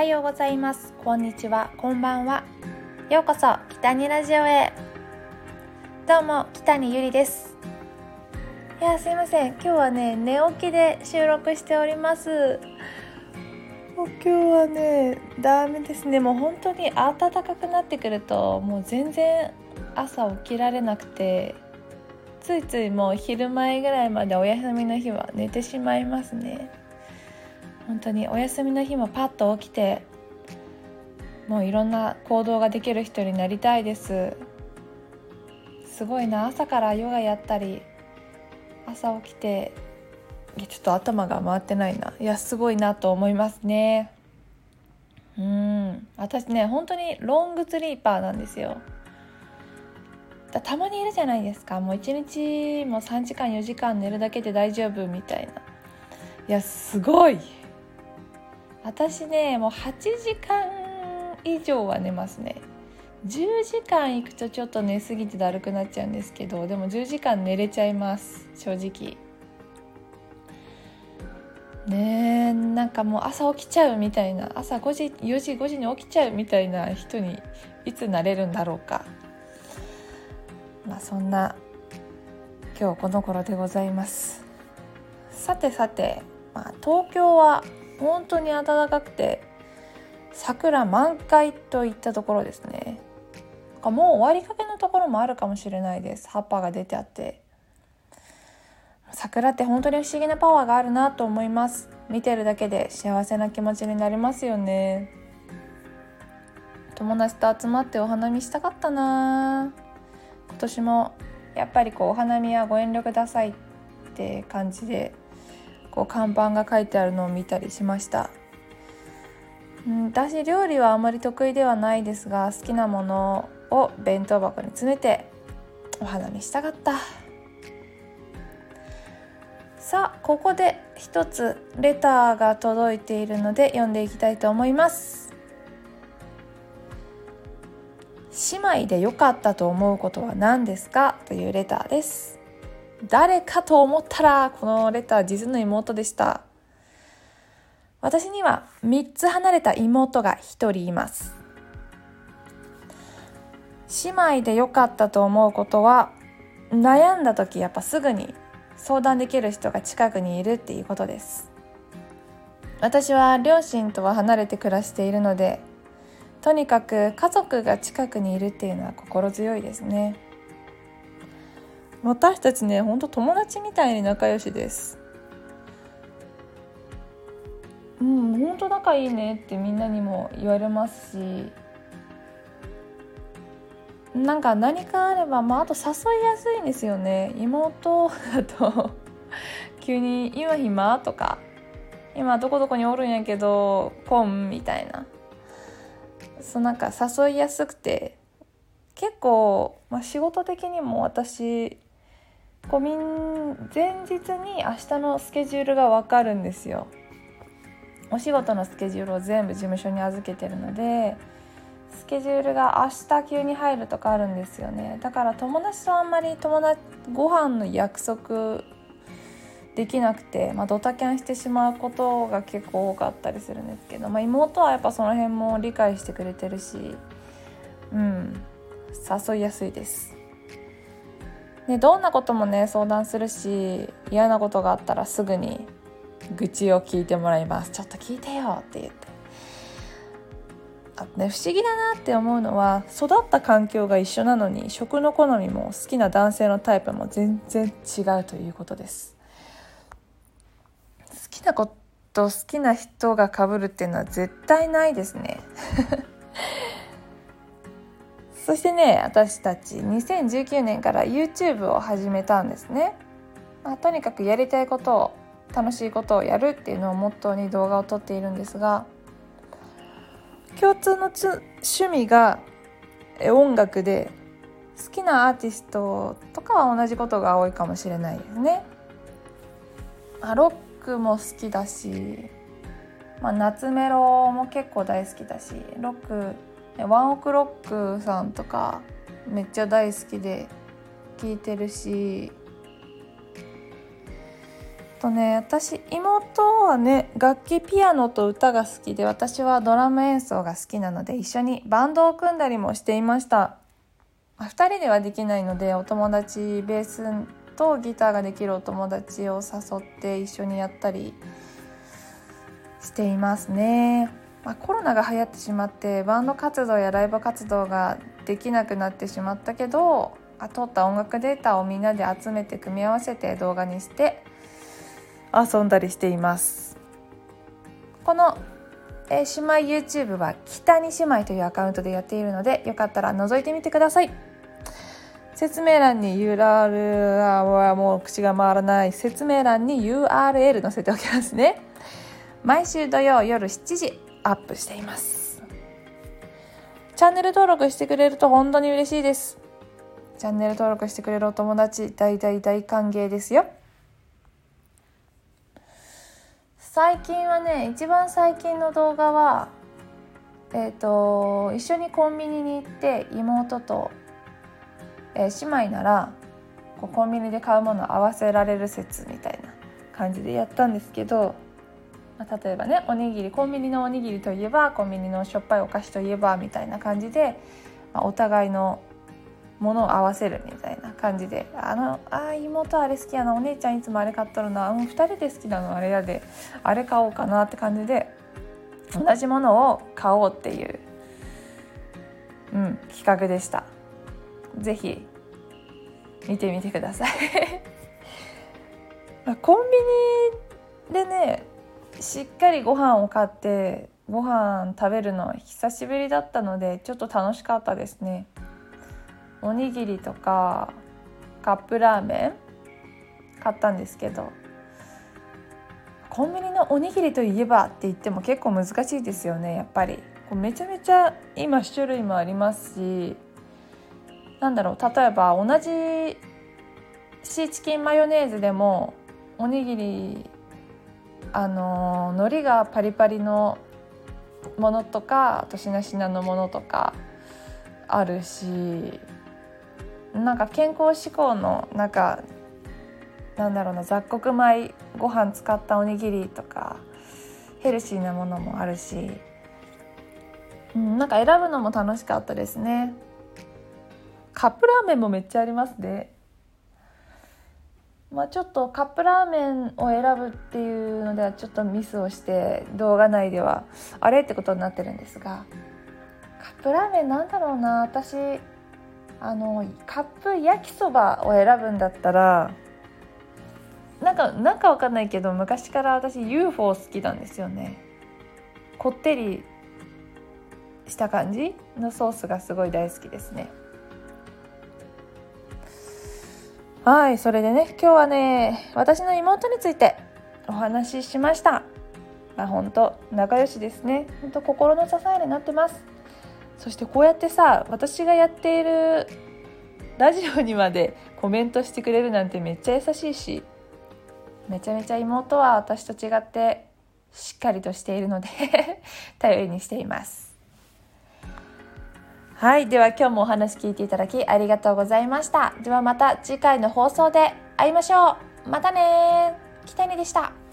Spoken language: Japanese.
ようございます。こんにちは、こんばんは。ようこそ北にラジオへ。どうも北にゆりです。すいません、今日はね寝起きで収録しております。今日はねダメですね。もう本当に暖かくなってくるともう全然朝起きられなくて、ついついもう昼前ぐらいまでお休みの日は寝てしまいますね。本当にお休みの日もパッと起きて、もういろんな行動ができる人になりたいです。すごいな、朝からヨガやったり、朝起きてちょっと頭が回ってないな。すごいなと思いますね。私ね本当にロングスリーパーなんですよ。たまにいるじゃないですか、もう1日も3時間4時間寝るだけで大丈夫みたいな。すごい。私ねもう8時間以上は寝ますね。10時間いくとちょっと寝すぎてだるくなっちゃうんですけど、でも10時間寝れちゃいます、正直ね。なんかもう朝起きちゃうみたいな、朝4時5時に起きちゃうみたいな人にいつなれるんだろうか。そんな今日この頃でございます。さて、東京は本当に暖かくて桜満開といったところですね。もう終わりかけのところもあるかもしれないです。葉っぱが出てあって、桜って本当に不思議なパワーがあるなと思います。見てるだけで幸せな気持ちになりますよね。友達と集まってお花見したかったな。今年もやっぱりお花見はご遠慮くださいって感じで看板が書いてあるのを見たりしました。私料理はあまり得意ではないですが、好きなものを弁当箱に詰めてお花見したかった。さあ、ここで一つレターが届いているので読んでいきたいと思います。姉妹で良かったと思うことは何ですかというレターです。誰かと思ったらこのレター実の妹でした。私には3つ離れた妹が1人います。姉妹で良かったと思うことは、悩んだ時やっぱすぐに相談できる人が近くにいるっていうことです。私は両親とは離れて暮らしているので、とにかく家族が近くにいるっていうのは心強いですね。私たちね、本当友達みたいに仲良しです。本当仲いいねってみんなにも言われますし、何かあれば、あと誘いやすいんですよね。妹だと急に今暇とか、今どこどこにおるんやけど来んみたいな、なんか誘いやすくて、結構、仕事的にも私前日に明日のスケジュールが分かるんですよ。お仕事のスケジュールを全部事務所に預けてるので、スケジュールが明日急に入るとかあるんですよね。だから友達とあんまりご飯の約束できなくて、ドタキャンしてしまうことが結構多かったりするんですけど、妹はやっぱその辺も理解してくれてるし、誘いやすいです。どんなこともね相談するし、嫌なことがあったらすぐに愚痴を聞いてもらいます。ちょっと聞いてよって言って。不思議だなって思うのは、育った環境が一緒なのに食の好みも好きな男性のタイプも全然違うということです。好きなこと好きな人が被るっていうのは絶対ないですねそしてね、私たち2019年から YouTube を始めたんですね。とにかくやりたいことを、楽しいことをやるっていうのをモットーに動画を撮っているんですが、共通の趣味が音楽で、好きなアーティストとかは同じことが多いかもしれないですね。ロックも好きだし、夏メロも結構大好きだし、ロックワンオクロックさんとかめっちゃ大好きで聴いてるし、 私妹はね楽器ピアノと歌が好きで、私はドラム演奏が好きなので一緒にバンドを組んだりもしていました。2人ではできないので、お友達ベースとギターができるお友達を誘って一緒にやったりしていますね。コロナが流行ってしまってバンド活動やライブ活動ができなくなってしまったけど、撮った音楽データをみんなで集めて組み合わせて動画にして遊んだりしています。この姉妹 YouTube は北に姉妹というアカウントでやっているので、よかったら覗いてみてください。説明欄に URL はもう口が回らない説明欄に URL 載せておきますね。毎週土曜夜7時アップしています。チャンネル登録してくれると本当に嬉しいです。チャンネル登録してくれるお友達大歓迎ですよ。最近はね、一番最近の動画は一緒にコンビニに行って妹と、姉妹ならコンビニで買うものを合わせられる説みたいな感じでやったんですけど、例えばね、おにぎり、コンビニのおにぎりといえばコンビニのしょっぱいお菓子といえばみたいな感じで、お互いのものを合わせるみたいな感じで、妹あれ好きやな、お姉ちゃんいつもあれ買っとるな、2人で好きなのあれやで、あれ買おうかなって感じで同じものを買おうっていう、企画でした。ぜひ見てみてくださいコンビニでね、しっかりご飯を買ってご飯食べるの久しぶりだったので、ちょっと楽しかったですね。おにぎりとかカップラーメン買ったんですけど、コンビニのおにぎりといえばって言っても結構難しいですよね。やっぱりめちゃめちゃ今種類もありますし、例えば同じシーチキンマヨネーズでもおにぎり海苔がパリパリのものとか、あとしなしなのものとかあるし、健康志向の雑穀米ご飯使ったおにぎりとかヘルシーなものもあるし、選ぶのも楽しかったですね。カップラーメンもめっちゃありますね。ちょっとカップラーメンを選ぶっていうのではちょっとミスをして動画内ではあれってことになってるんですが、カップラーメン私カップ焼きそばを選ぶんだったらなんかわかんないけど、昔から私 UFO 好きなんですよね。こってりした感じのソースがすごい大好きですね。はい、それでね、今日はね、私の妹についてお話ししました。本当仲良しですね。本当心の支えになってます。そしてこうやってさ、私がやっているラジオにまでコメントしてくれるなんてめっちゃ優しいし、めちゃめちゃ妹は私と違ってしっかりとしているので頼りにしています。はい、では今日もお話聞いていただきありがとうございました。ではまた次回の放送で会いましょう。またね。北にでした。